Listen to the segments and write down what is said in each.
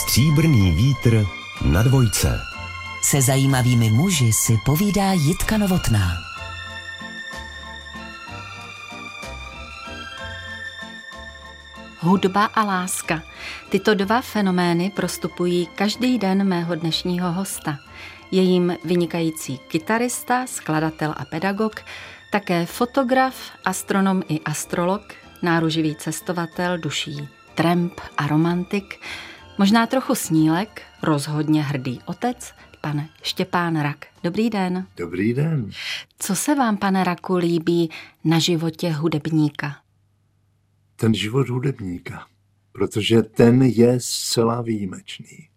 Stříbrný vítr na dvojce. Se zajímavými muži si povídá Jitka Novotná. Hudba a láska. Tyto dva fenomény prostupují každý den mého dnešního hosta. Je jim vynikající kytarista, skladatel a pedagog, také fotograf, astronom i astrolog, náruživý cestovatel, duší tramp a romantik, možná trochu snílek, rozhodně hrdý otec, pan Štěpán Rak. Dobrý den. Dobrý den. Co se vám, pane Raku, líbí na životě hudebníka? Ten život hudebníka, protože ten je zcela výjimečný.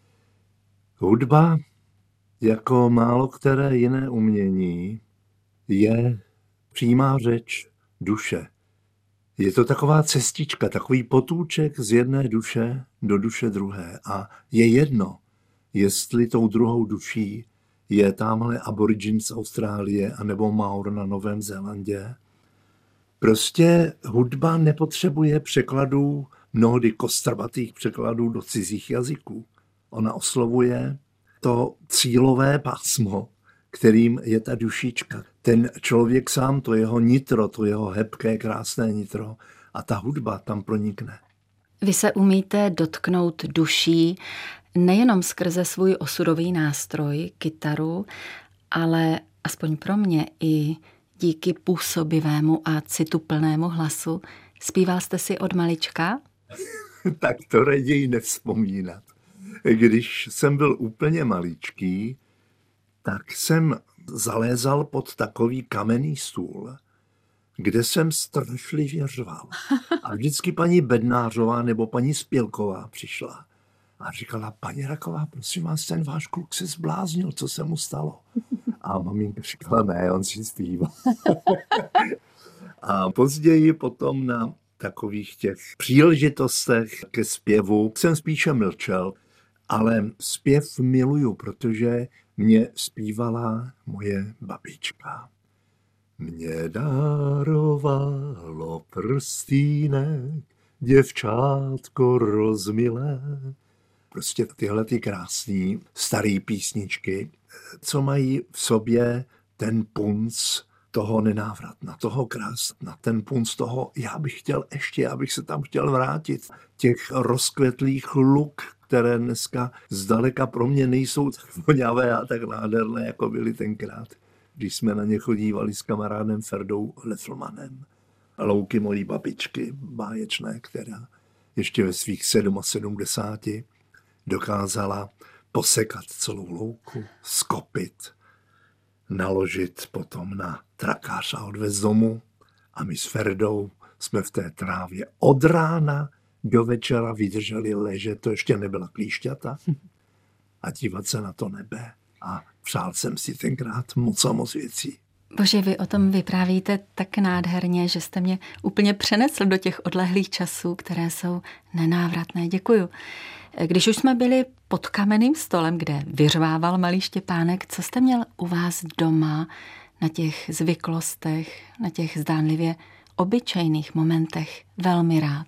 Hudba, jako málo které jiné umění, je přímá řeč duše. Je to taková cestička, takový potůček z jedné duše do duše druhé. A je jedno, jestli tou druhou duší je tamhle aborigin z Austrálie anebo Maor na Novém Zélandě. Prostě hudba nepotřebuje překladů, mnohdy kostrbatých překladů do cizích jazyků. Ona oslovuje to cílové pásmo, kterým je ta dušička. Ten člověk sám, to jeho nitro, to jeho hebké, krásné nitro a ta hudba tam pronikne. Vy se umíte dotknout duší nejenom skrze svůj osudový nástroj, kytaru, ale aspoň pro mě i díky působivému a cituplnému hlasu. Zpíval jste si od malička? Tak to raději nevzpomínat. Když jsem byl úplně maličký, tak jsem zalézal pod takový kamenný stůl, kde jsem strašlivě řval. A vždycky paní Bednářová nebo paní Spělková přišla a říkala, paní Raková, prosím vás, ten váš kluk se zbláznil, co se mu stalo? A maminka říkala, ne, on si zpívá. A později potom na takových těch příležitostech ke zpěvu jsem spíše mlčel, ale zpěv miluju, protože mě zpívala moje babička. Mě darovalo prstýnek, děvčátko rozmilé. Prostě tyhle ty krásné staré písničky, co mají v sobě ten punc toho nenávratna, toho krásna, ten punc toho, já bych se tam chtěl vrátit. Těch rozkvetlých luk, které dneska zdaleka pro mě nejsou tak voňavé a tak nádherné, jako byly tenkrát, když jsme na ně chodívali s kamarádem Ferdou Leflmanem. Louky mojí babičky báječné, která ještě ve svých 77 dokázala posekat celou louku, skopit, naložit potom na trakář a odvést domů. A my s Ferdou jsme v té trávě od rána do večera vydrželi ležet, to ještě nebyla klíšťata, a dívat se na to nebe. A přál jsem si tenkrát moc a moc věcí. Bože, vy o tom vyprávíte tak nádherně, že jste mě úplně přenesl do těch odlehlých časů, které jsou nenávratné. Děkuju. Když už jsme byli pod kamenným stolem, kde vyřvával malý Štěpánek, co jste měl u vás doma na těch zvyklostech, na těch zdánlivě obyčejných momentech velmi rád?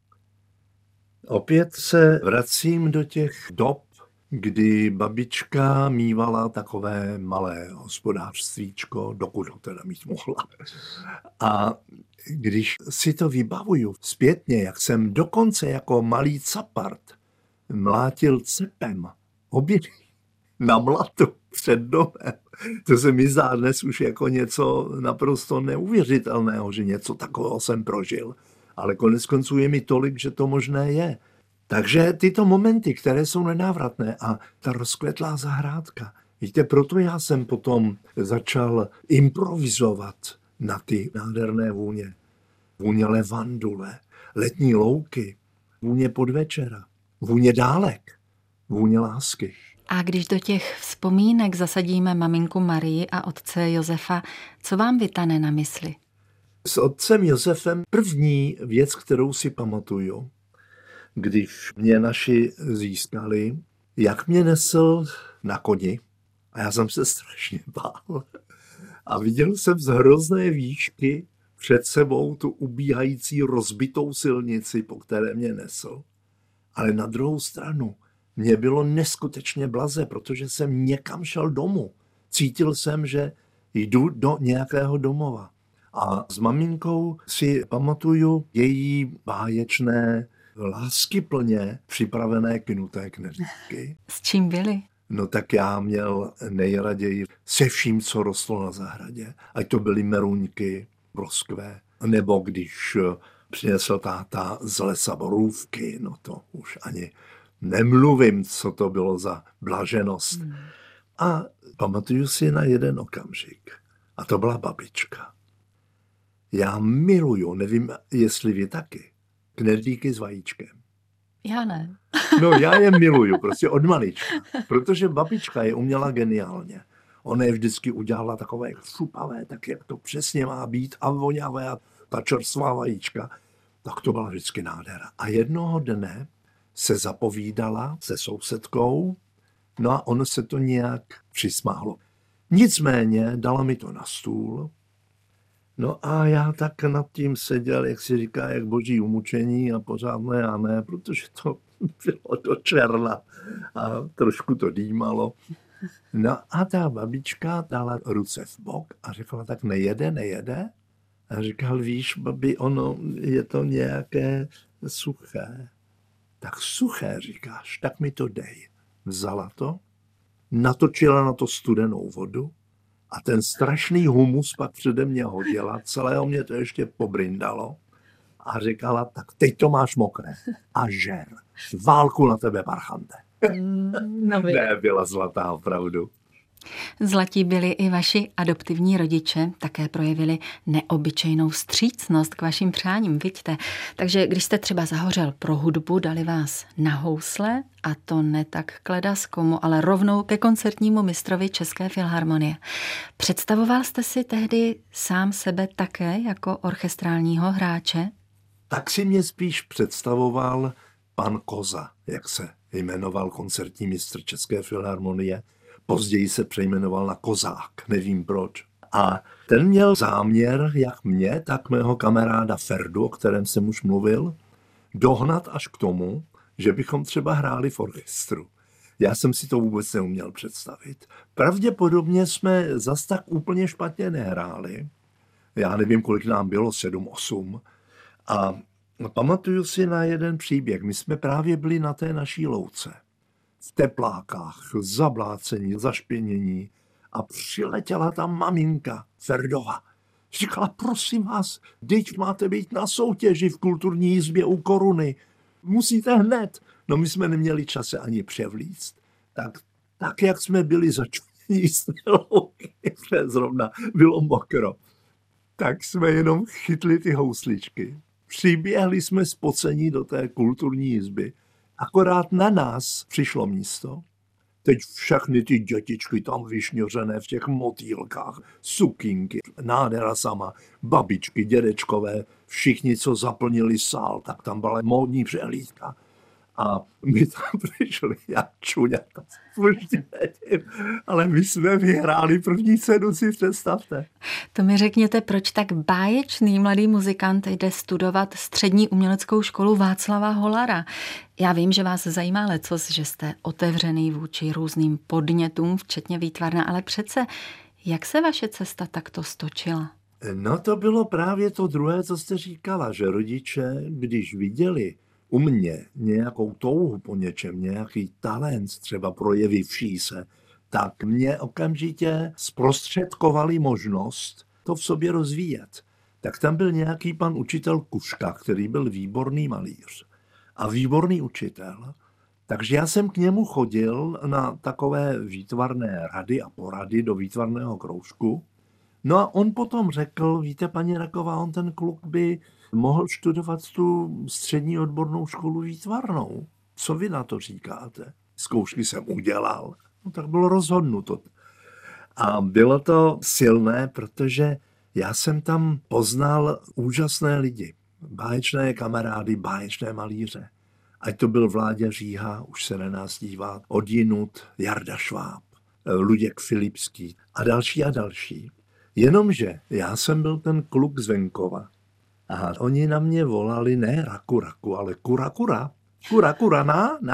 Opět se vracím do těch dob, kdy babička mívala takové malé hospodářstvíčko, dokud ho teda mít mohla. A když si to vybavuju zpětně, jak jsem dokonce jako malý capart mlátil cepem obědy na mlatu před domem, to se mi zdá dnes už jako něco naprosto neuvěřitelného, že něco takového jsem prožil. Ale konec konců je mi tolik, že to možné je. Takže tyto momenty, které jsou nenávratné a ta rozkvetlá zahrádka. Víte, proto já jsem potom začal improvizovat na ty nádherné vůně. Vůně levandule, letní louky, vůně podvečera, vůně dálek, vůně lásky. A když do těch vzpomínek zasadíme maminku Marii a otce Josefa, co vám vytane na mysli? S otcem Josefem první věc, kterou si pamatuju, když mě naši získali, jak mě nesl na koni a já jsem se strašně bál. A viděl jsem z hrozné výšky před sebou tu ubíhající rozbitou silnici, po které mě nesl. Ale na druhou stranu Mně bylo neskutečně blaze, protože jsem někam šel domů. Cítil jsem, že jdu do nějakého domova. A s maminkou si pamatuju její báječné, láskyplně připravené kynuté knedlíky. S čím byli? No tak já měl nejraději se vším, co rostlo na zahradě. Ať to byly meruňky, broskve, nebo když přinesl táta z lesa borůvky, no to už ani nemluvím, co to bylo za blaženost. A pamatuju si na jeden okamžik. A to byla babička. Já miluju, nevím, jestli vy taky, knedlíky s vajíčkem. Já ne. No já je miluju, prostě od malička. Protože babička je uměla geniálně. Ona je vždycky udělala takové šupavé, tak jak to přesně má být a voňavé a ta čerstvá vajíčka. Tak to byla vždycky nádhera. A jednoho dne se zapovídala se sousedkou, no a ono se to nějak přismálo. Nicméně dala mi to na stůl, no a já tak nad tím seděl, jak si říká, jak boží umučení a pořád ne a ne, protože to bylo do černa a trošku to dýmalo. No a ta babička dala ruce v bok a řekla, tak nejede. A říkal, víš, babi, ono je to nějaké suché. Tak suché, říkáš, tak mi to dej. Vzala to, natočila na to studenou vodu a ten strašný humus pak přede mě hodila, celého mě to ještě pobrindalo a říkala, tak teď to máš mokré a žer. Válku na tebe, parchante. Ne, byla zlatá opravdu. Zlatí byli i vaši adoptivní rodiče, také projevili neobyčejnou vstřícnost k vašim přáním, vidíte. Takže když jste třeba zahořel pro hudbu, dali vás na housle, a to ne tak k ledaskomu, ale rovnou ke koncertnímu mistrovi České filharmonie. Představoval jste si tehdy sám sebe také jako orchestrálního hráče? Tak si mě spíš představoval pan Koza, jak se jmenoval koncertní mistr České filharmonie. Později se přejmenoval na Kozák, nevím proč. A ten měl záměr, jak mě, tak mého kamaráda Ferdu, o kterém jsem už mluvil, dohnat až k tomu, že bychom třeba hráli v orchestru. Já jsem si to vůbec neuměl představit. Pravděpodobně jsme zas tak úplně špatně nehráli. Já nevím, kolik nám bylo, 7, 8. A pamatuju si na jeden příběh. My jsme právě byli na té naší louce. V teplákách, zablácení, zašpěnění a přiletěla tam maminka Ferdova. Říkala, prosím vás, teď máte být na soutěži v kulturní jizbě u Koruny. Musíte hned. No my jsme neměli čas se ani převlíct. Tak jak jsme byli začleněni z té louky, zrovna bylo mokro, tak jsme jenom chytli ty housličky. Přiběhli jsme spocení do té kulturní jizby. Akorát na nás přišlo místo. Teď všechny ty dětičky tam vyšňořené v těch motýlkách, sukínky, nádhera sama, babičky, dědečkové, všichni, co zaplnili sál, tak tam byla módní přehlídka. A my tam přišli, jak čuňata, ale my jsme vyhráli první cenu, si představte. To mi řekněte, proč tak báječný mladý muzikant jde studovat střední uměleckou školu Václava Hollara. Já vím, že vás zajímá lecos, že jste otevřený vůči různým podnětům, včetně výtvarna, ale přece, jak se vaše cesta takto stočila? No to bylo právě to druhé, co jste říkala, že rodiče, když viděli u mě nějakou touhu po něčem, nějaký talent, třeba projevivší se, tak mě okamžitě zprostředkovali možnost to v sobě rozvíjet. Tak tam byl nějaký pan učitel Kuška, který byl výborný malíř a výborný učitel. Takže já jsem k němu chodil na takové výtvarné rady a porady do výtvarného kroužku. No a on potom řekl, víte, paní Raková, on ten kluk by mohl studovat tu střední odbornou školu výtvarnou. Co vy na to říkáte? Zkoušky jsem udělal. No tak bylo rozhodnuto. A bylo to silné, protože já jsem tam poznal úžasné lidi. Báječné kamarády, báječné malíře. Ať to byl Vláďa Říha, už se na nás dívá, odjinud Jarda Šváb, Luděk Filipský a další a další. Jenomže já jsem byl ten kluk z venkova. A oni na mě volali ne raku, ale kura, na,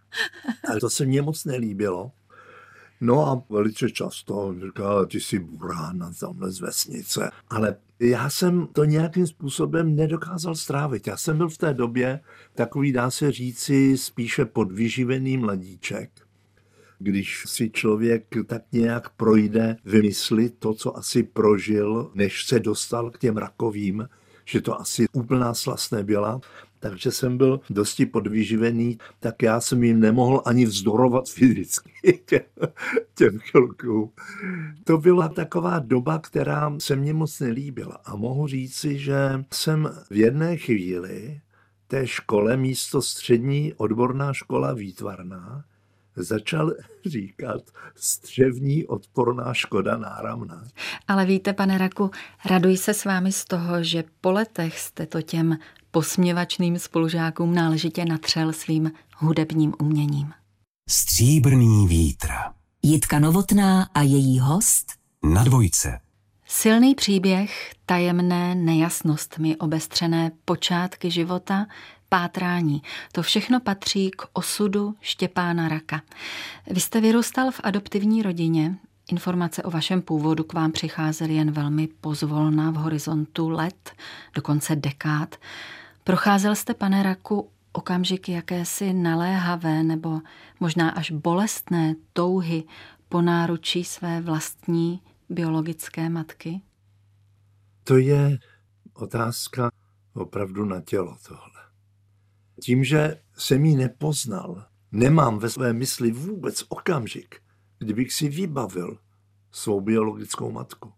Ale to se mně moc nelíbilo. No a velice často říkal, ty jsi burána tamhle z vesnice. Ale já jsem to nějakým způsobem nedokázal strávit. Já jsem byl v té době takový, dá se říci, spíše podvyživený mladíček. Když si člověk tak nějak projde vymyslit to, co asi prožil, než se dostal k těm rakovým, že to asi úplná slast nebyla, takže jsem byl dosti podvyživený, tak já jsem jim nemohl ani vzdorovat fyzicky těm chvilkům. To byla taková doba, která se mně moc nelíbila. A mohu říci, že jsem v jedné chvíli té škole místo střední odborná škola výtvarná začal říkat střevní odporná škoda náramná. Ale víte, pane Raku, raduji se s vámi z toho, že po letech jste to těm posměvačným spolužákům náležitě natřel svým hudebním uměním. Stříbrný vítr. Jitka Novotná a její host Na dvojce. Silný příběh, tajemné nejasnostmi obestřené počátky života, pátrání. To všechno patří k osudu Štěpána Raka. Vy jste vyrůstal v adoptivní rodině. Informace o vašem původu k vám přicházely jen velmi pozvolna v horizontu let, dokonce dekád. Procházel jste, pane Raku, okamžiky jakési naléhavé nebo možná až bolestné touhy po náručí své vlastní biologické matky? To je otázka opravdu na tělo tohle. Tím, že jsem ji nepoznal, nemám ve své mysli vůbec okamžik, kdybych si vybavil svou biologickou matku,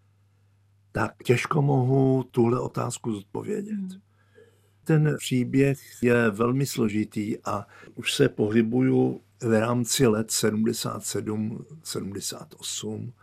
tak těžko mohu tuhle otázku zodpovědět. Ten příběh je velmi složitý a už se pohybuju v rámci let 77, 78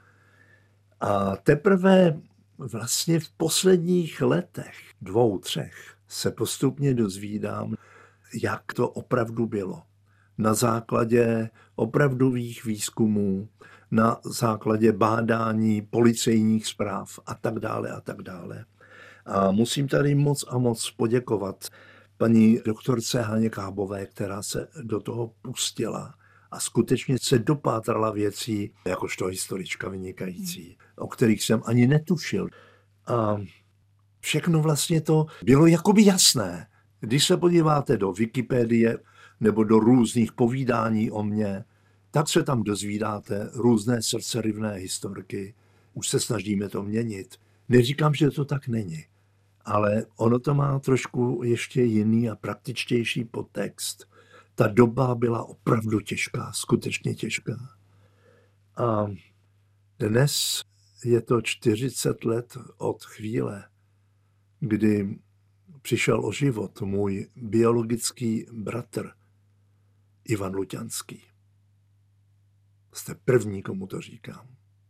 a teprve vlastně v posledních letech, 2, 3, se postupně dozvídám, jak to opravdu bylo. Na základě opravdových výzkumů, na základě bádání policejních zpráv a tak dále a tak dále. A musím tady moc a moc poděkovat paní doktorce Haně Kábové, která se do toho pustila a skutečně se dopátrala věcí, jakožto historička vynikající, o kterých jsem ani netušil. A všechno vlastně to bylo jakoby jasné. Když se podíváte do Wikipedie nebo do různých povídání o mně, tak se tam dozvídáte různé srdceryvné historky. Už se snažíme to měnit. Neříkám, že to tak není, ale ono to má trošku ještě jiný a praktičtější podtext. Ta doba byla opravdu těžká, skutečně těžká. A dnes je to 40 let od chvíle, kdy přišel o život můj biologický bratr Ivan Luťanský. Jste první, komu to říkám.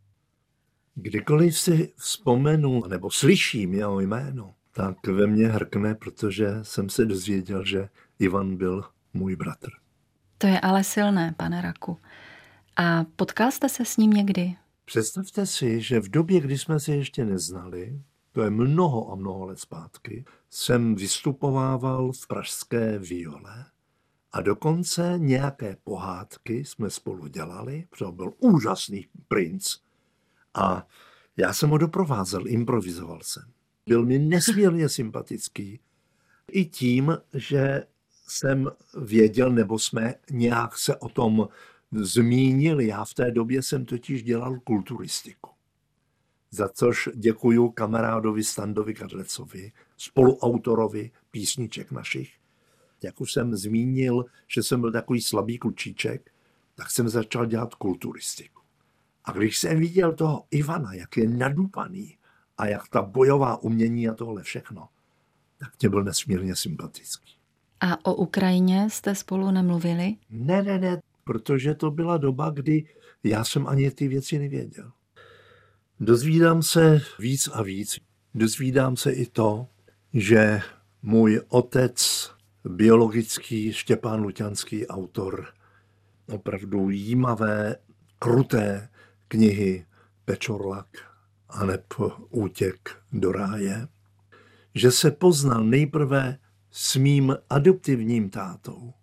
Kdykoliv si vzpomenu nebo slyším jeho jméno, tak ve mně hrkne, protože jsem se dozvěděl, že Ivan byl můj bratr. To je ale silné, pane Raku. A potkal jste se s ním někdy? Představte si, že v době, kdy jsme se ještě neznali, to je mnoho a mnoho let zpátky, jsem vystupovával v pražské Viole a dokonce nějaké pohádky jsme spolu dělali, protože byl úžasný princ a já jsem ho doprovázel, improvizoval jsem. Byl mi nesmírně sympatický i tím, že jsem věděl, nebo jsme nějak se o tom zmínili. Já v té době jsem totiž dělal kulturistiku. Za což děkuju kamarádovi Standovi Kadlecovi, spoluautorovi písniček našich. Jak už jsem zmínil, že jsem byl takový slabý klučíček, tak jsem začal dělat kulturistiku. A když jsem viděl toho Ivana, jak je nadupaný a jak ta bojová umění a tohle všechno, tak mě byl nesmírně sympatický. A o Ukrajině jste spolu nemluvili? Ne, protože to byla doba, kdy já jsem ani ty věci nevěděl. Dozvídám se víc a víc. Dozvídám se i to, že můj otec, biologický Štěpán Luťanský, autor opravdu jímavé, kruté knihy Pečorlak aneb Útěk do ráje, že se poznal nejprve s mým adoptivním tátou,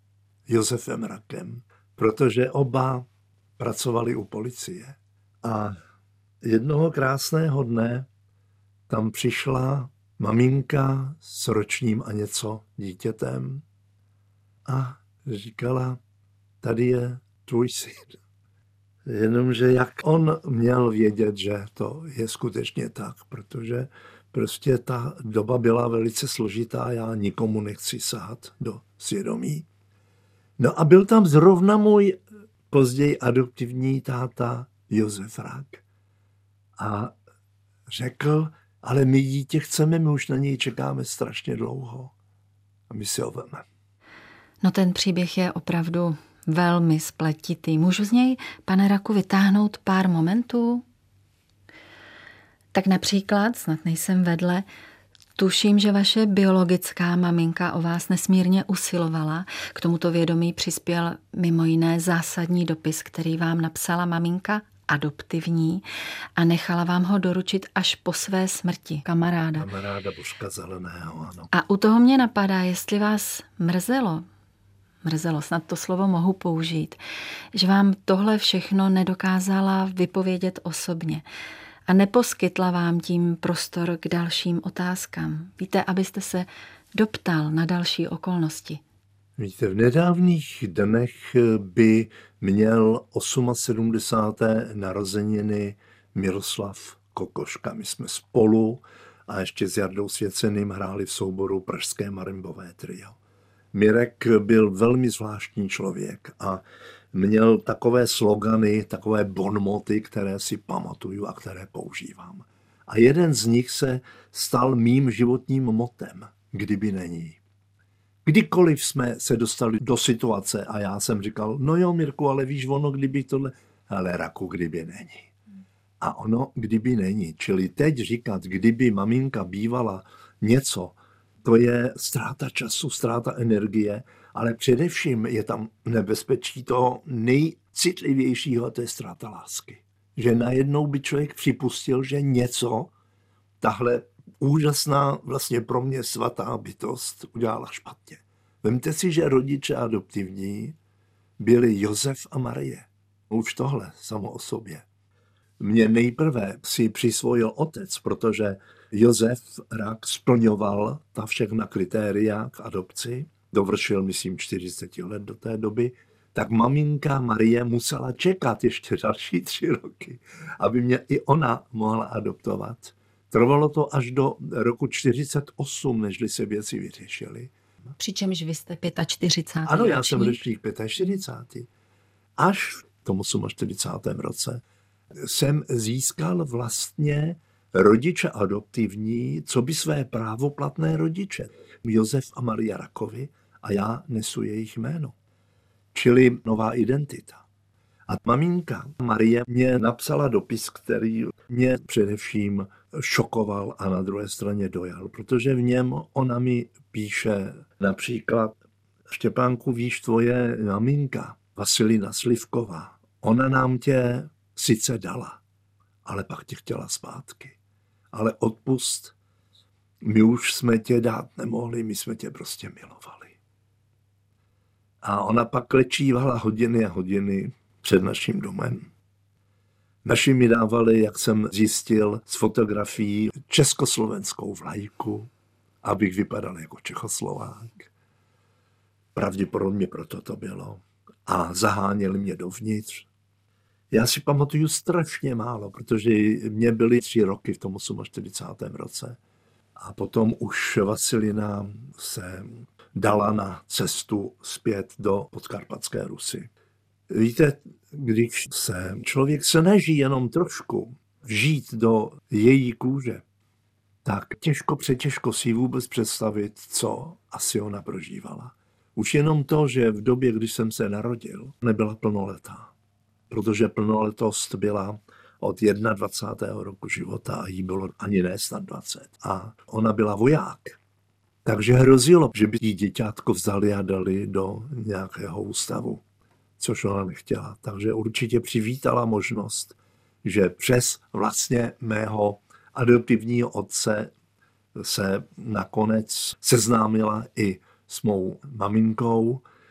Josefem Rakem, protože oba pracovali u policie. A jednoho krásného dne tam přišla maminka s ročním a něco dítětem a říkala, tady je tvůj syn. Jenomže jak on měl vědět, že to je skutečně tak, protože prostě ta doba byla velice složitá, já nikomu nechci sahat do svědomí. No a byl tam zrovna můj později adoptivní táta Josef Rak. A řekl, ale my dítě chceme, my už na něj čekáme strašně dlouho. A my si ho veme. No ten příběh je opravdu velmi spletitý. Můžu z něj, pane Raku, vytáhnout pár momentů? Tak například, snad nejsem vedle, tuším, že vaše biologická maminka o vás nesmírně usilovala. K tomuto vědomí přispěl mimo jiné zásadní dopis, který vám napsala maminka adoptivní a nechala vám ho doručit až po své smrti. Kamaráda Božka Zeleného, ano. A u toho mě napadá, jestli vás mrzelo, snad to slovo mohu použít, že vám tohle všechno nedokázala vypovědět osobně a neposkytla vám tím prostor k dalším otázkám. Víte, abyste se doptal na další okolnosti. Víte, v nedávných dnech by měl 78. narozeniny Miroslav Kokoška. My jsme spolu a ještě s Jardou Svěceným hráli v souboru Pražské marimbové trio. Mirek byl velmi zvláštní člověk a měl takové slogany, takové bonmoty, které si pamatuju a které používám. A jeden z nich se stal mým životním motem, kdyby není. Kdykoliv jsme se dostali do situace a já jsem říkal, no jo, Mirku, ale víš, ono, kdyby tohle, ale Raku, kdyby není. A ono, kdyby není. Čili teď říkat, kdyby maminka bývala něco, to je ztráta času, ztráta energie, ale především je tam nebezpečí toho nejcitlivějšího, to je ztráta lásky. Že najednou by člověk připustil, že něco, tahle úžasná, vlastně pro mě svatá bytost udělala špatně. Vemte si, že rodiče adoptivní byli Josef a Marie. Už tohle samo o sobě. Mě nejprve si přisvojil otec, protože Josef Rak splňoval ta všechna kritéria k adopci, dovršil, myslím, 40 let do té doby, tak maminka Marie musela čekat ještě další 3 roky, aby mě i ona mohla adoptovat. Trvalo to až do roku 48, nežli se věci vyřešily. Přičemž vy jste 45. Ano, já jsem ročník 45. Až v tom 48. roce jsem získal vlastně rodiče adoptivní, co by své právoplatné rodiče. Josef a Maria Rakovi a já nesu jejich jméno. Čili nová identita. A maminka Marie mě napsala dopis, který mě především šokoval a na druhé straně dojal, protože v něm ona mi píše například: Štěpánku, víš, tvoje maminka Vasilina Slivková, ona nám tě sice dala, ale pak tě chtěla zpátky. Ale odpust, my už jsme tě dát nemohli, my jsme tě prostě milovali. A ona pak klečívala hodiny a hodiny před naším domem. Naši mi dávali, jak jsem zjistil, z fotografií československou vlajku, abych vypadal jako Čechoslovák. Pravděpodobně proto to bylo. A zaháněli mě dovnitř. Já si pamatuju strašně málo, protože mě byly 3 roky v tom 48. roce. A potom už Vasilina se dala na cestu zpět do Podkarpatské Rusy. Víte, když se člověk snaží jenom trošku vžít do její kůže, tak těžko si vůbec představit, co asi ona prožívala. Už jenom to, že v době, když jsem se narodil, nebyla plnoletá. Protože plnoletost byla od 21. roku života a jí bylo ani ne snad 20. A ona byla voják. Takže hrozilo, že by jí děťátko vzali a dali do nějakého ústavu, což ona nechtěla. Takže určitě přivítala možnost, že přes vlastně mého adoptivního otce se nakonec seznámila i s mou maminkou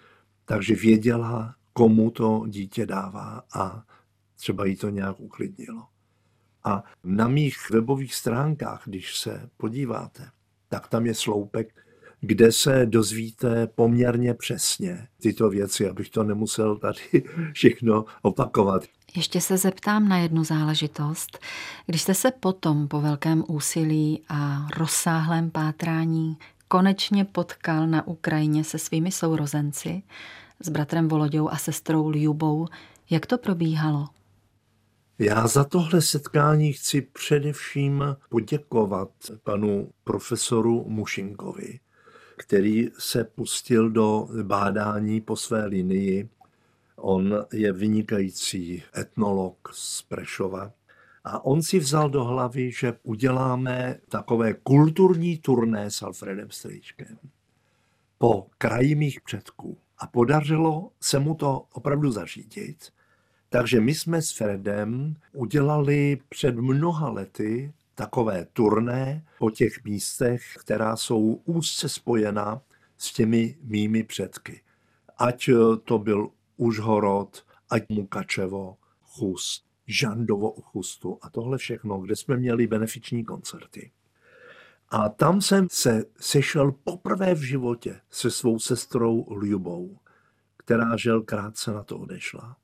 takže věděla, komu to dítě dává a třeba jí to nějak uklidnilo. A na mých webových stránkách, když se podíváte, tak tam je sloupek, kde se dozvíte poměrně přesně tyto věci, abych to nemusel tady všechno opakovat. Ještě se zeptám na jednu záležitost. Když jste se potom po velkém úsilí a rozsáhlém pátrání konečně potkal na Ukrajině se svými sourozenci, s bratrem Voloďou a sestrou Ljubou, jak to probíhalo? Já za tohle setkání chci především poděkovat panu profesoru Mušinkovi, který se pustil do bádání po své linii. On je vynikající etnolog z Prešova a on si vzal do hlavy, že uděláme takové kulturní turné s Alfredem Strýčkem po kraji mých předků. A podařilo se mu to opravdu zařídit. Takže my jsme s Fredem udělali před mnoha lety takové turné po těch místech, která jsou úzce spojena s těmi mými předky. Ať to byl Užhorod, ať Mukačevo, Chust, Žandovo u Chustu a tohle všechno, kde jsme měli benefiční koncerty. A tam jsem se sešel poprvé v životě se svou sestrou Ljubou, která žel krátce na to odešla.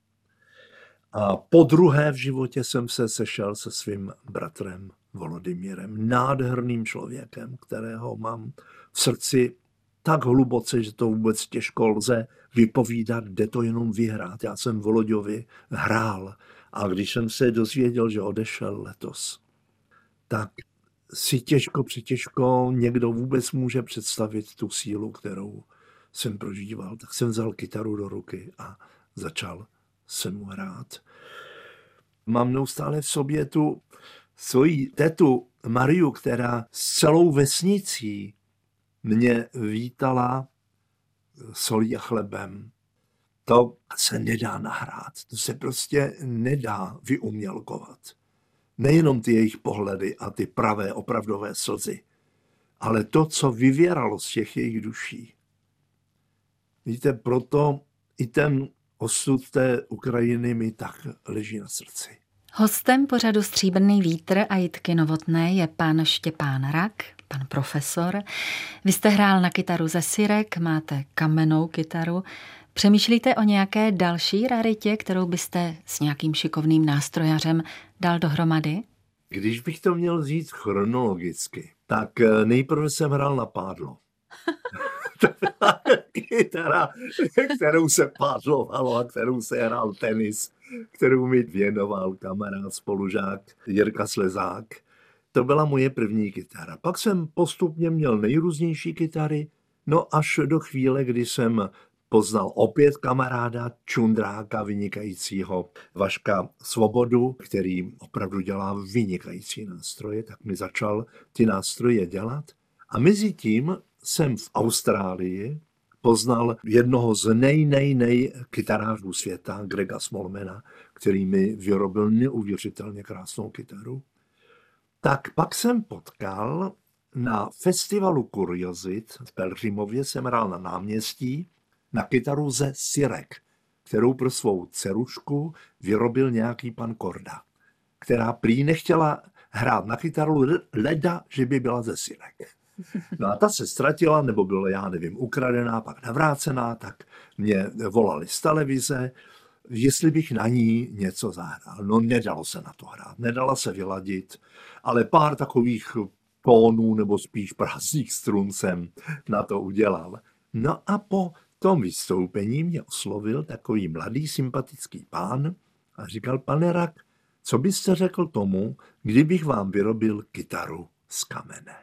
A podruhé v životě jsem se sešel se svým bratrem Volodymyrem, nádherným člověkem, kterého mám v srdci tak hluboce, že to vůbec těžko lze vypovídat, jde to jenom vyhrát. Já jsem Voloďovi hrál a když jsem se dozvěděl, že odešel letos, tak si těžko někdo vůbec může představit tu sílu, kterou jsem prožíval. Tak jsem vzal kytaru do ruky a začal jsem mu hrát. Mám neustále v sobě tu svoji tetu Mariu, která s celou vesnicí mě vítala solí a chlebem. To se nedá nahrát, to se prostě nedá vyumělkovat. Nejenom ty jejich pohledy a ty pravé opravdové slzy, ale to, co vyvěralo z těch jejich duší. Víte, proto i ten osud té Ukrajiny mi tak leží na srdci. Hostem pořadu Stříbrný vítr a Jitky Novotné je pan Štěpán Rak, pan profesor. Vy jste hrál na kytaru ze sirek, máte kamennou kytaru. Přemýšlíte o nějaké další raritě, kterou byste s nějakým šikovným nástrojařem dal dohromady? Když bych to měl vzít chronologicky, tak nejprve jsem hrál na pádlo. To byla kytara, kterou se pádlovalo a kterou se hrál tenis, kterou mi věnoval kamarád, spolužák Jirka Slezák. To byla moje první kytara. Pak jsem postupně měl nejrůznější kytary, no až do chvíle, kdy jsem poznal opět kamaráda čundráka vynikajícího Vaška Svobodu, který opravdu dělá vynikající nástroje, tak mi začal ty nástroje dělat. A mezi tím jsem v Austrálii poznal jednoho z nej kytarářů světa, Grega Smallmana, který mi vyrobil neuvěřitelně krásnou kytaru. Tak pak jsem potkal na festivalu Kuriozit v Pelhřimově, jsem hrál na náměstí na kytaru ze sirek, kterou pro svou dcerušku vyrobil nějaký pan Korda, která prý nechtěla hrát na kytaru leda, že by byla ze sirek. No a ta se ztratila, nebo byla, já nevím, ukradená, pak navrácená, tak mě volali z televize, jestli bych na ní něco zahrál. No nedalo se na to hrát, nedala se vyladit, ale pár takových tónů nebo spíš prázdných strun jsem na to udělal. No a po tom vystoupení mě oslovil takový mladý sympatický pán a říkal: pane Rak, co byste řekl tomu, kdybych vám vyrobil kytaru z kamene?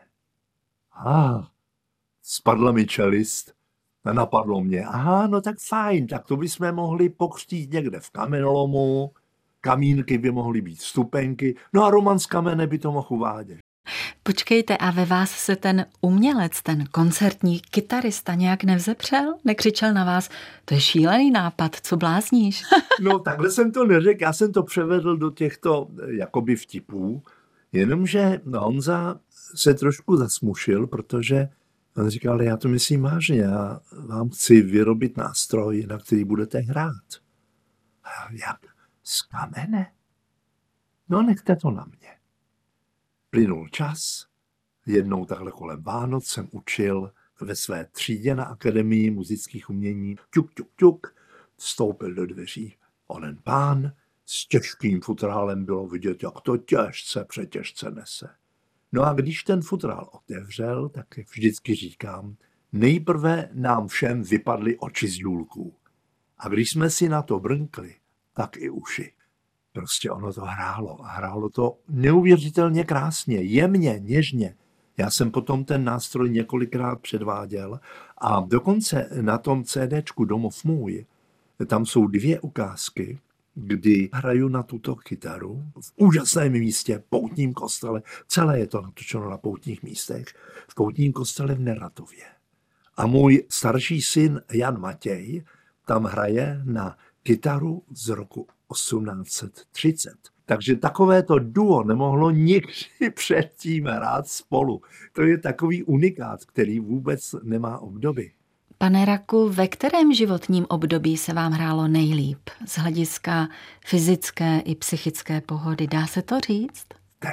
Spadla mi čelist a napadlo mě, no tak fajn, tak to bychom mohli pokřtít někde v kamenolomu, kamínky by mohly být stupenky, no a Roman z kamene by to mohl uvádět. Počkejte, a ve vás se ten umělec, ten koncertní kytarista nějak nevzepřel? Nekřičel na vás: to je šílený nápad, co blázníš? No takhle jsem to neřekl, já jsem to převedl do těchto jakoby vtipů, jenomže Honza se trošku zasmušil, protože On říkal, ale já to myslím vážně, já vám chci vyrobit nástroj, na který budete hrát. A jak? Z kamene? No nechte to na mě. Plynul čas, jednou takhle kolem Vánoc jsem učil ve své třídě na Akademii muzických umění. Ťuk, ťuk, ťuk, vstoupil do dveří onen pán, s těžkým futrálem bylo vidět, jak to přetěžce nese. No a když ten futrál otevřel, tak jak vždycky říkám, nejprve nám všem vypadly oči z důlků. A když jsme si na to brnkli, tak i uši. Prostě ono to hrálo. A hrálo to neuvěřitelně krásně, jemně, něžně. Já jsem potom ten nástroj několikrát předváděl a dokonce na tom CDčku Domov můj, tam jsou 2 ukázky, kdy hraju na tuto kytaru v úžasném místě, poutním kostele. Celé je to natočeno na poutních místech. V poutním kostele v Neratově. A můj starší syn Jan Matěj tam hraje na kytaru z roku 1830. Takže takovéto duo nemohlo nikdy předtím hrát spolu. To je takový unikát, který vůbec nemá obdoby. Pane Raku, ve kterém životním období se vám hrálo nejlíp z hlediska fyzické i psychické pohody? Dá se to říct?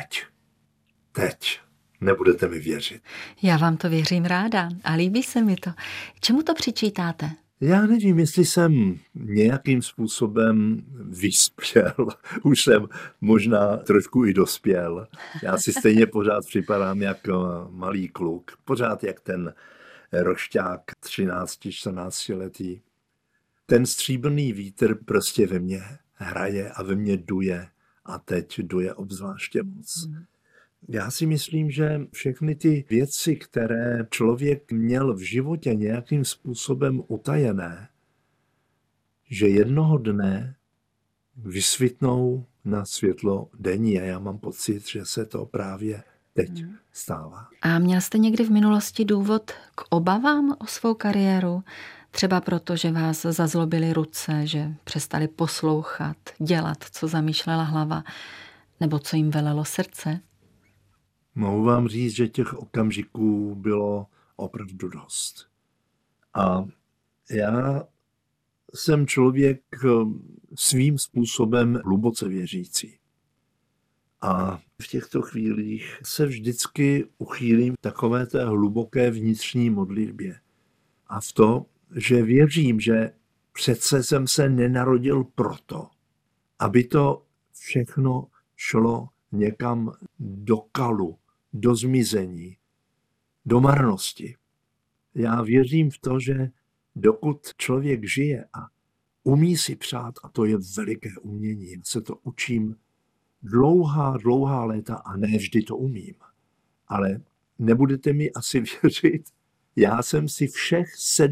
Teď. Nebudete mi věřit. Já vám to věřím ráda a líbí se mi to. Čemu to přičítáte? Já nevím, jestli jsem nějakým způsobem vyspěl. Už jsem možná trošku i dospěl. Já si stejně pořád připadám jako malý kluk. Pořád jak ten rošťák 13-14 letý. Ten stříbrný vítr prostě ve mně hraje a ve mně duje. A teď duje obzvláště moc. Já si myslím, že všechny ty věci, které člověk měl v životě nějakým způsobem utajené, že jednoho dne vysvitnou na světlo denní a já mám pocit, že se to právě teď stává. A měl jste někdy v minulosti důvod k obavám o svou kariéru? Třeba proto, že vás zazlobily ruce, že přestali poslouchat, dělat, co zamýšlela hlava, nebo co jim velelo srdce? Mohu vám říct, že těch okamžiků bylo opravdu dost. A já jsem člověk svým způsobem hluboce věřící. A v těchto chvílích se vždycky uchýlím v takové té hluboké vnitřní modlitbě. A v to, že věřím, že přece jsem se nenarodil proto, aby to všechno šlo někam do kalu, do zmizení, do marnosti. Já věřím v to, že dokud člověk žije a umí si přát, a to je veliké umění, já se to učím dlouhá léta a ne vždy to umím. Ale nebudete mi asi věřit, já jsem si všech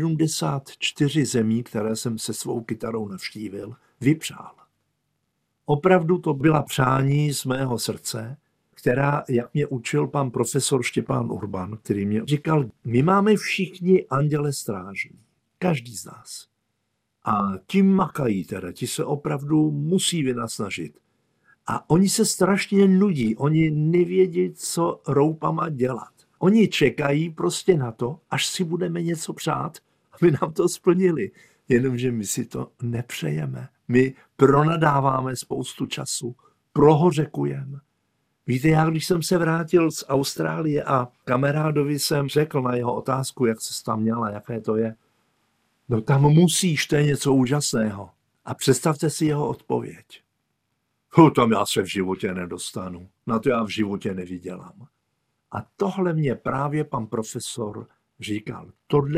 74 zemí, které jsem se svou kytarou navštívil, vypřál. Opravdu to byla přání z mého srdce, která, jak mě učil pan profesor Štěpán Urban, který mě říkal, my máme všichni anděle strážní, každý z nás. A ti makají teda, ti se opravdu musí vynasnažit. A oni se strašně nudí, oni nevědí, co roupama dělat. Oni čekají prostě na to, až si budeme něco přát, aby nám to splnili. Jenomže my si to nepřejeme. My pronadáváme spoustu času, prohořekujeme. Víte, já když jsem se vrátil z Austrálie a kamarádovi jsem řekl na jeho otázku, jak se tam měla, jaké to je, no tam musíš, to je něco úžasného. A představte si jeho odpověď. Tam já se v životě nedostanu, na to já v životě nevydělám. A tohle mě právě pan profesor říkal. Tohle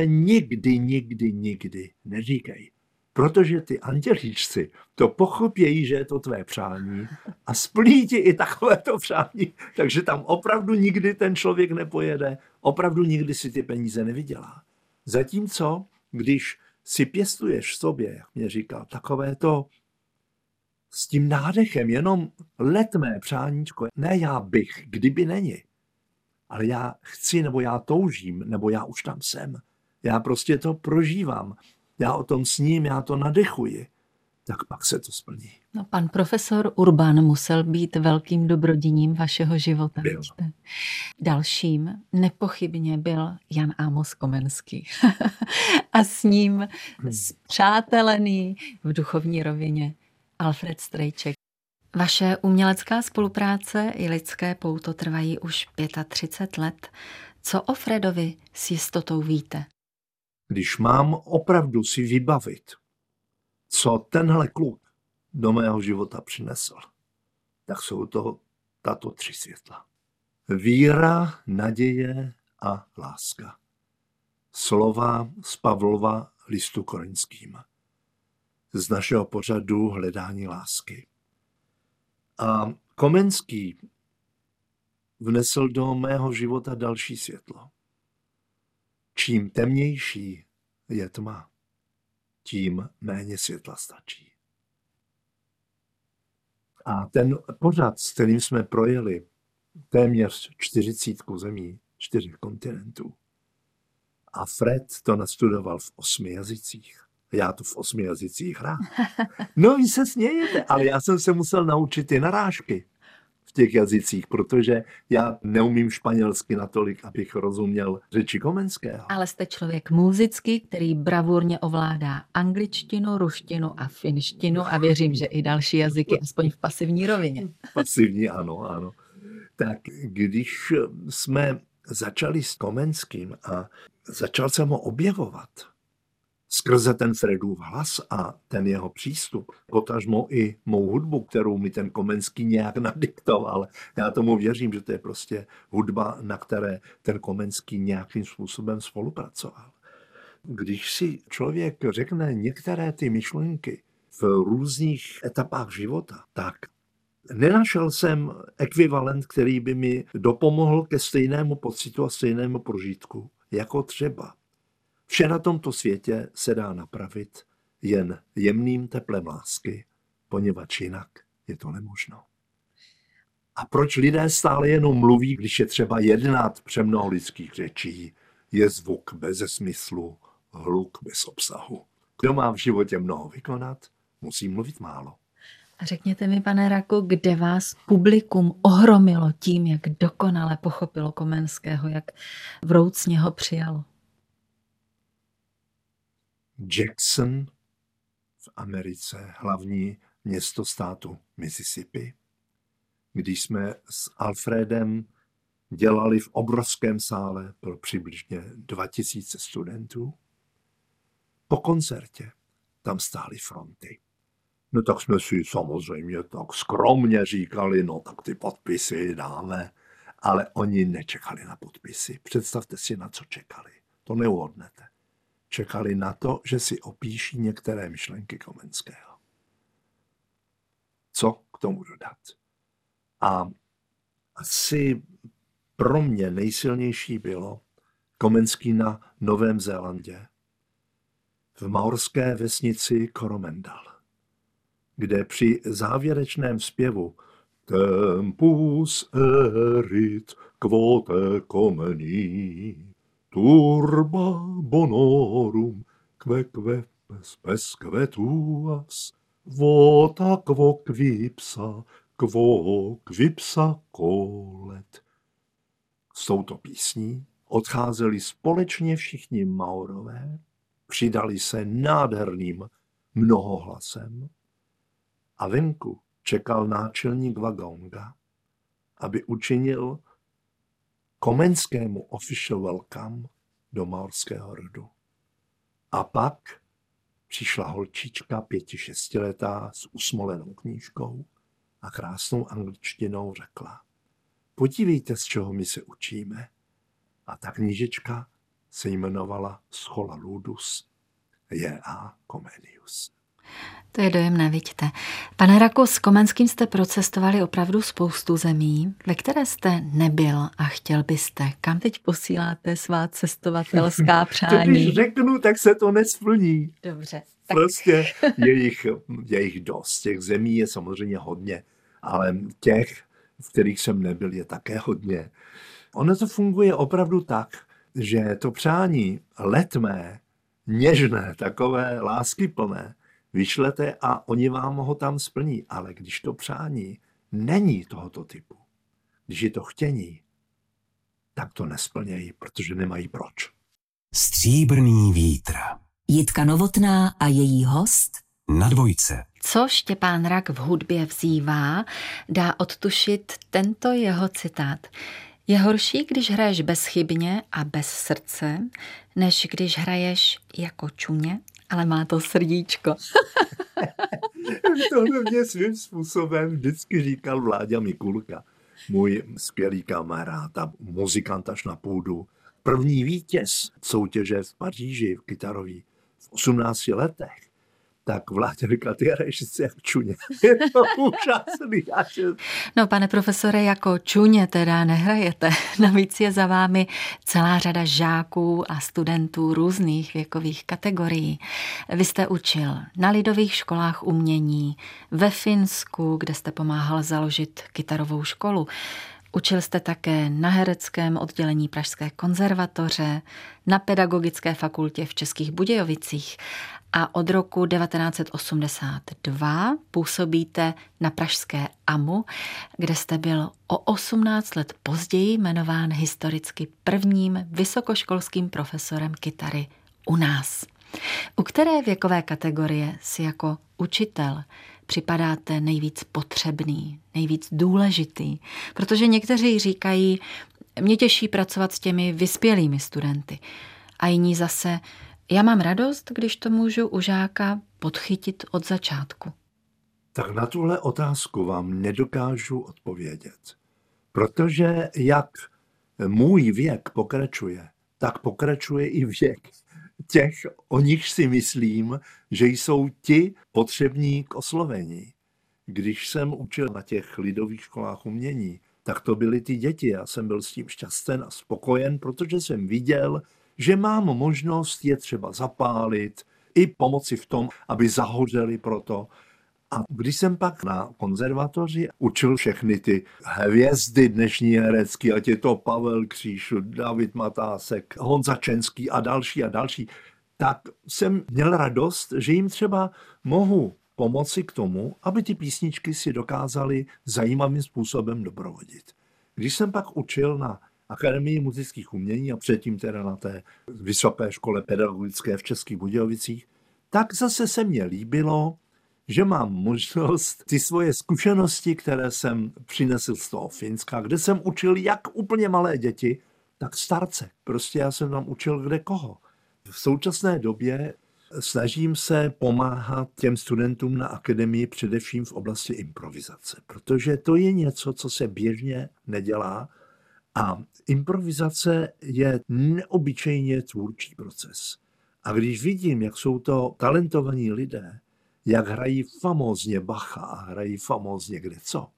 nikdy neříkej. Protože ty andělíčci to pochopějí, že je to tvé přání a splní ti i takovéto přání. Takže tam opravdu nikdy ten člověk nepojede, opravdu nikdy si ty peníze nevydělá. Zatímco, když si pěstuješ v sobě, jak mě říkal, takovéto s tím nádechem, jenom letmé přáníčko, ne já bych, kdyby není, ale já chci, nebo já toužím, nebo já už tam jsem. Já prostě to prožívám. Já o tom sním, já to nadechuji. tak pak se to splní. No, pan profesor Urban musel být velkým dobroděním vašeho života. Byl. Dalším nepochybně byl Jan Amos Komenský. A s ním spřátelený v duchovní rovině Alfred Strejček. Vaše umělecká spolupráce i lidské pouto trvají už 35 let. Co o Fredovi s jistotou víte? Když mám opravdu si vybavit, co tenhle kluk do mého života přinesl, tak jsou to tato 3 světla. Víra, naděje a láska. Slova z Pavlova listu Korinským. Z našeho pořadu Hledání lásky. A Komenský vnesl do mého života další světlo. Čím temnější je tma, tím méně světla stačí. A ten pořad, s kterým jsme projeli téměř 40 zemí, 4 kontinentů, a Fred to nastudoval v 8 jazycích. Já to v 8 jazycích hrám. No, vy se smějete, ale já jsem se musel naučit ty narážky v těch jazycích, protože já neumím španělsky natolik, abych rozuměl řeči Komenského. Ale jste člověk muzický, který bravurně ovládá angličtinu, ruštinu a finštinu a věřím, že i další jazyky, aspoň v pasivní rovině. Pasivní, ano, ano. Tak když jsme začali s Komenským a začal jsem ho objevovat skrze ten Fredův hlas a ten jeho přístup, potažmo i mou hudbu, kterou mi ten Komenský nějak nadiktoval. Já tomu věřím, že to je prostě hudba, na které ten Komenský nějakým způsobem spolupracoval. Když si člověk řekne některé ty myšlenky v různých etapách života, tak nenašel jsem ekvivalent, který by mi dopomohl ke stejnému pocitu a stejnému prožitku, jako třeba vše na tomto světě se dá napravit jen jemným teplem lásky, poněvadž jinak je to nemožno. A proč lidé stále jenom mluví, když je třeba jednat přemnoho lidských řečí, je zvuk bez smyslu, hluk bez obsahu. Kdo má v životě mnoho vykonat, musí mluvit málo. A řekněte mi, pane Raku, kde vás publikum ohromilo tím, jak dokonale pochopilo Komenského, jak vroucně ho přijalo? Jackson v Americe, hlavní město státu Mississippi, když jsme s Alfredem dělali v obrovském sále pro přibližně 2000 studentů. Po koncertě tam stály fronty. No tak jsme si samozřejmě tak skromně říkali, no tak ty podpisy dáme, ale oni nečekali na podpisy. Představte si, na co čekali. To neuhodnete. Čekali na to, že si opíší některé myšlenky Komenského. Co k tomu dodat? A asi pro mě nejsilnější bylo Komenský na Novém Zélandě, v maorské vesnici Coromandel, kde při závěrečném zpěvu Tempus erit quote comeni, turba bonorum queque spes quetuas, vota quo quipsa colet. S touto písní odcházeli společně všichni Maorové, přidali se nádherným mnohohlasem a venku čekal náčelník Wagonga, aby učinil Komenskému official welcome do maorského rodu. A pak přišla holčička 5-6letá s usmolenou knížkou a krásnou angličtinou řekla: podívejte, z čeho my se učíme. A ta knížečka se jmenovala Schola Ludus J.A. Comenius. To je dojemné, vidíte. Pane Raku, s Komenským jste procestovali opravdu spoustu zemí, ve které jste nebyl a chtěl byste. Kam teď posíláte svá cestovatelská přání? To když řeknu, tak se to nesplní. Dobře. Tak. Prostě je jich dost. Těch zemí je samozřejmě hodně, ale těch, v kterých jsem nebyl, je také hodně. Ono to funguje opravdu tak, že to přání letmé, něžné, takové láskyplné, vyšlete a oni vám ho tam splní. Ale když to přání není tohoto typu, když je to chtění, tak to nesplnějí, protože nemají proč. Stříbrný vítr. Jitka Novotná a její host Na dvojce. Co Štěpán Rak v hudbě vzývá, dá odtušit tento jeho citát. Je horší, když hraješ bezchybně a bez srdce, než když hraješ jako čuně, ale má to srdíčko. Tohle mě svým způsobem vždycky říkal Vláďa Mikulka, můj skvělý kamarád a muzikant až na půdu. První vítěz soutěže v Paříži v kytarový v 18 letech. Tak Vláďa říkal, ty hraješ si jak čuně. Je to úžasný. No, pane profesore, jako čuně teda nehrajete. Navíc je za vámi celá řada žáků a studentů různých věkových kategorií. Vy jste učil na lidových školách umění, ve Finsku, kde jste pomáhal založit kytarovou školu. Učil jste také na hereckém oddělení Pražské konzervatoře, na pedagogické fakultě v Českých Budějovicích a od roku 1982 působíte na pražské AMU, kde jste byl o 18 let později jmenován historicky prvním vysokoškolským profesorem kytary u nás. U které věkové kategorie si jako učitel připadáte nejvíc potřebný, nejvíc důležitý? Protože někteří říkají, mě těší pracovat s těmi vyspělými studenty. A jiní zase, já mám radost, když to můžu u žáka podchytit od začátku. Tak na tuhle otázku vám nedokážu odpovědět. Protože jak můj věk pokračuje, tak pokračuje i věk těch, o nich si myslím, že jsou ti potřební k oslovení. Když jsem učil na těch lidových školách umění, tak to byly ty děti. Já jsem byl s tím šťasten a spokojen, protože jsem viděl, že mám možnost je třeba zapálit i pomoci v tom, aby zahořeli pro to. A když jsem pak na konzervatoři učil všechny ty hvězdy dnešní herecký, ať je to Pavel Kříž, David Matásek, Honza Čenský a další, tak jsem měl radost, že jim třeba mohu pomoci k tomu, aby ty písničky si dokázali zajímavým způsobem doprovodit. Když jsem pak učil na Akademii muzických umění a předtím teda na té vysoké škole pedagogické v Českých Budějovicích, tak zase se mně líbilo, že mám možnost ty svoje zkušenosti, které jsem přinesl z toho Finska, kde jsem učil jak úplně malé děti, tak starce. Prostě já jsem tam učil kde koho. V současné době snažím se pomáhat těm studentům na akademii především v oblasti improvizace, protože to je něco, co se běžně nedělá a improvizace je neobyčejně tvůrčí proces. A když vidím, jak jsou to talentovaní lidé, jak hrají famózně Bacha a hrají famózně kdeco.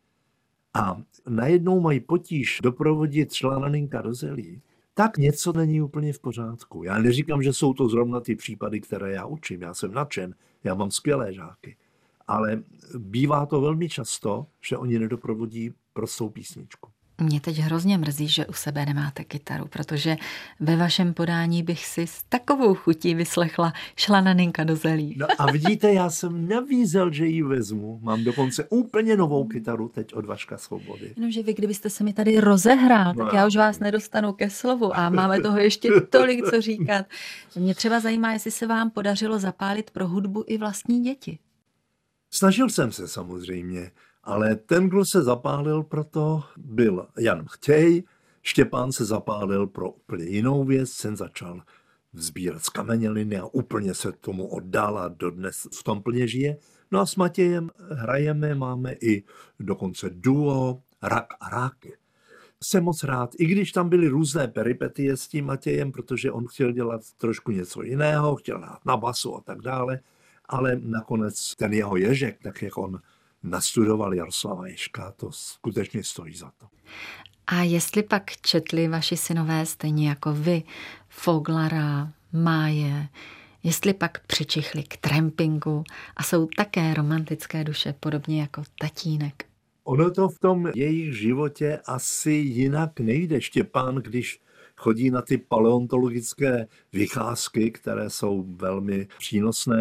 A najednou mají potíž doprovodit Šlananinka Rozelí, tak něco není úplně v pořádku. Já neříkám, že jsou to zrovna ty případy, které já učím. Já jsem nadšen, já mám skvělé žáky. Ale bývá to velmi často, že oni nedoprovodí prostou písničku. Mě teď hrozně mrzí, že u sebe nemáte kytaru, protože ve vašem podání bych si s takovou chutí vyslechla Šlananinka do zelí. No a vidíte, já jsem navízel, že ji vezmu. Mám dokonce úplně novou kytaru teď od Vaška Svobody. Jenomže vy, kdybyste se mi tady rozehrál, tak já už vás nedostanu ke slovu a máme toho ještě tolik, co říkat. Mě třeba zajímá, jestli se vám podařilo zapálit pro hudbu i vlastní děti. Snažil jsem se samozřejmě. Ale ten, kdo se zapálil pro to, byl Jan Chtěj, Štěpán se zapálil pro úplně jinou věc, ten začal sbírat zkameněliny a úplně se tomu oddal a dodnes v tom plně žije. No a s Matějem hrajeme, máme i dokonce duo Rak a Rak. Jsem moc rád, i když tam byly různé peripetie s tím Matějem, protože on chtěl dělat trošku něco jiného, chtěl hrát na basu a tak dále, ale nakonec ten jeho Ježek, tak jak on nastudoval Jaroslava Ježka, to skutečně stojí za to. A jestli pak četli vaši synové stejně jako vy Foglara, Máje, jestli pak přičichli k trampingu a jsou také romantické duše, podobně jako tatínek. Ono to v tom jejich životě asi jinak nejde. Štěpán, když chodí na ty paleontologické vycházky, které jsou velmi přínosné,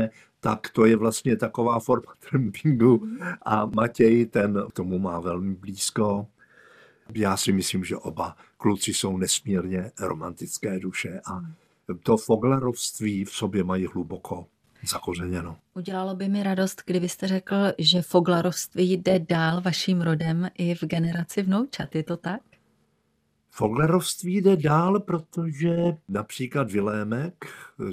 tak to je vlastně taková forma trampingu a Matěj ten k tomu má velmi blízko. Já si myslím, že oba kluci jsou nesmírně romantické duše a to foglarovství v sobě mají hluboko zakořeněno. Udělalo by mi radost, kdybyste řekl, že foglarovství jde dál vaším rodem i v generaci vnoučat. Je to tak? Foglarovství jde dál, protože například Vilémek,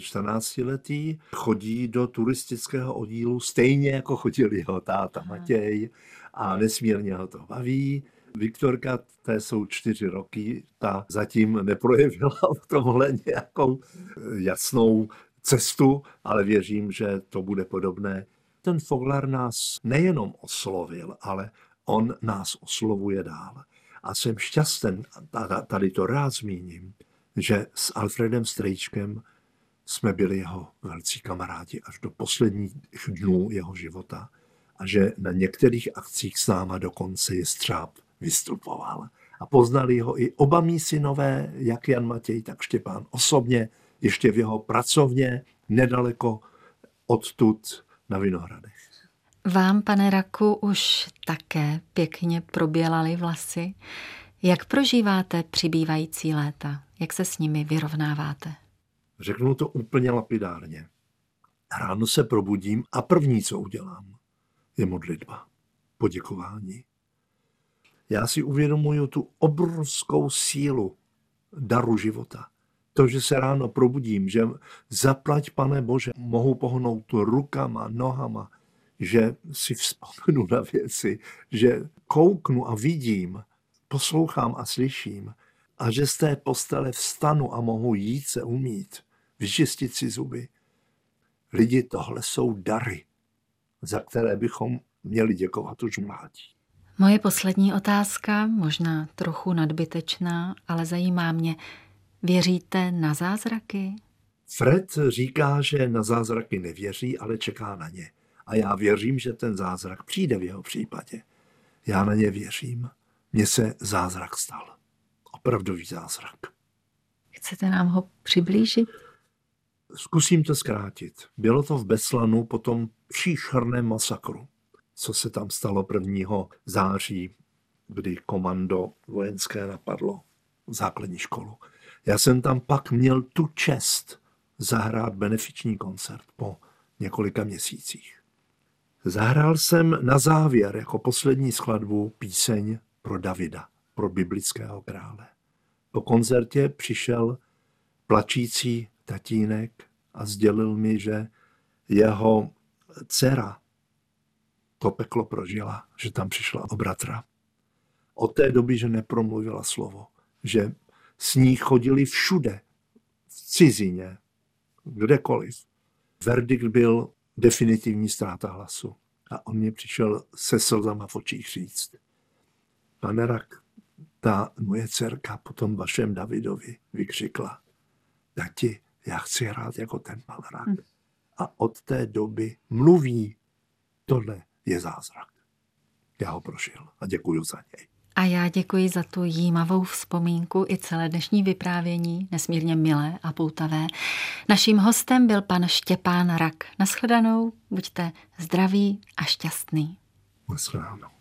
14letý, chodí do turistického oddílu stejně jako chodil jeho táta Matěj a nesmírně ho to baví. Viktorka, té jsou 4 roky, ta zatím neprojevila v tomhle nějakou jasnou cestu, ale věřím, že to bude podobné. Ten Foglar nás nejenom oslovil, ale on nás oslovuje dál. A jsem šťasten, tady to rád zmíním, že s Alfredem Strejčkem jsme byli jeho velcí kamarádi až do posledních dnů jeho života a že na některých akcích s náma dokonce Jestřáb vystupoval. A poznali ho i oba mí synové, jak Jan Matěj, tak Štěpán osobně, ještě v jeho pracovně, nedaleko odtud na Vinohradech. Vám, pane Raku, už také pěkně probělaly vlasy. Jak prožíváte přibývající léta? Jak se s nimi vyrovnáváte? Řeknu to úplně lapidárně. Ráno se probudím a první, co udělám, je modlitba, poděkování. Já si uvědomuju tu obrovskou sílu daru života. To, že se ráno probudím, že zaplať, Pane Bože, mohu pohnout rukama, nohama, že si vzpomenu na věci, že kouknu a vidím, poslouchám a slyším a že z té postele vstanu a mohu jít se umýt, vyčistit si zuby. Lidi, tohle jsou dary, za které bychom měli děkovat už mládí. Moje poslední otázka, možná trochu nadbytečná, ale zajímá mě. Věříte na zázraky? Fred říká, že na zázraky nevěří, ale čeká na ně. A já věřím, že ten zázrak přijde v jeho případě. Já na ně věřím. Mně se zázrak stal. Opravdový zázrak. Chcete nám ho přiblížit? Zkusím to zkrátit. Bylo to v Beslanu po tom příšerném masakru, co se tam stalo 1. září, kdy komando vojenské napadlo základní školu. Já jsem tam pak měl tu čest zahrát benefiční koncert po několika měsících. Zahrál jsem na závěr jako poslední skladbu píseň pro Davida, pro biblického krále. Po koncertě přišel plačící tatínek a sdělil mi, že jeho dcera to peklo prožila, že tam přišla o bratra. Od té doby, že nepromluvila slovo, že s ní chodili všude, v cizině, kdekoliv. Verdikt byl definitivní ztráta hlasu. A on mě přišel se slzama v očích říct: Pane Rak, ta moje dcerka po tom vašem Davidovi vykřikla: Tati, já chci hrát jako ten pan Rak. A od té doby mluví. Tohle je zázrak. Já ho prožil a děkuju za něj. A já děkuji za tu jímavou vzpomínku i celé dnešní vyprávění, nesmírně milé a poutavé. Naším hostem byl pan Štěpán Rak. Nashledanou, buďte zdraví a šťastný. Nashledanou.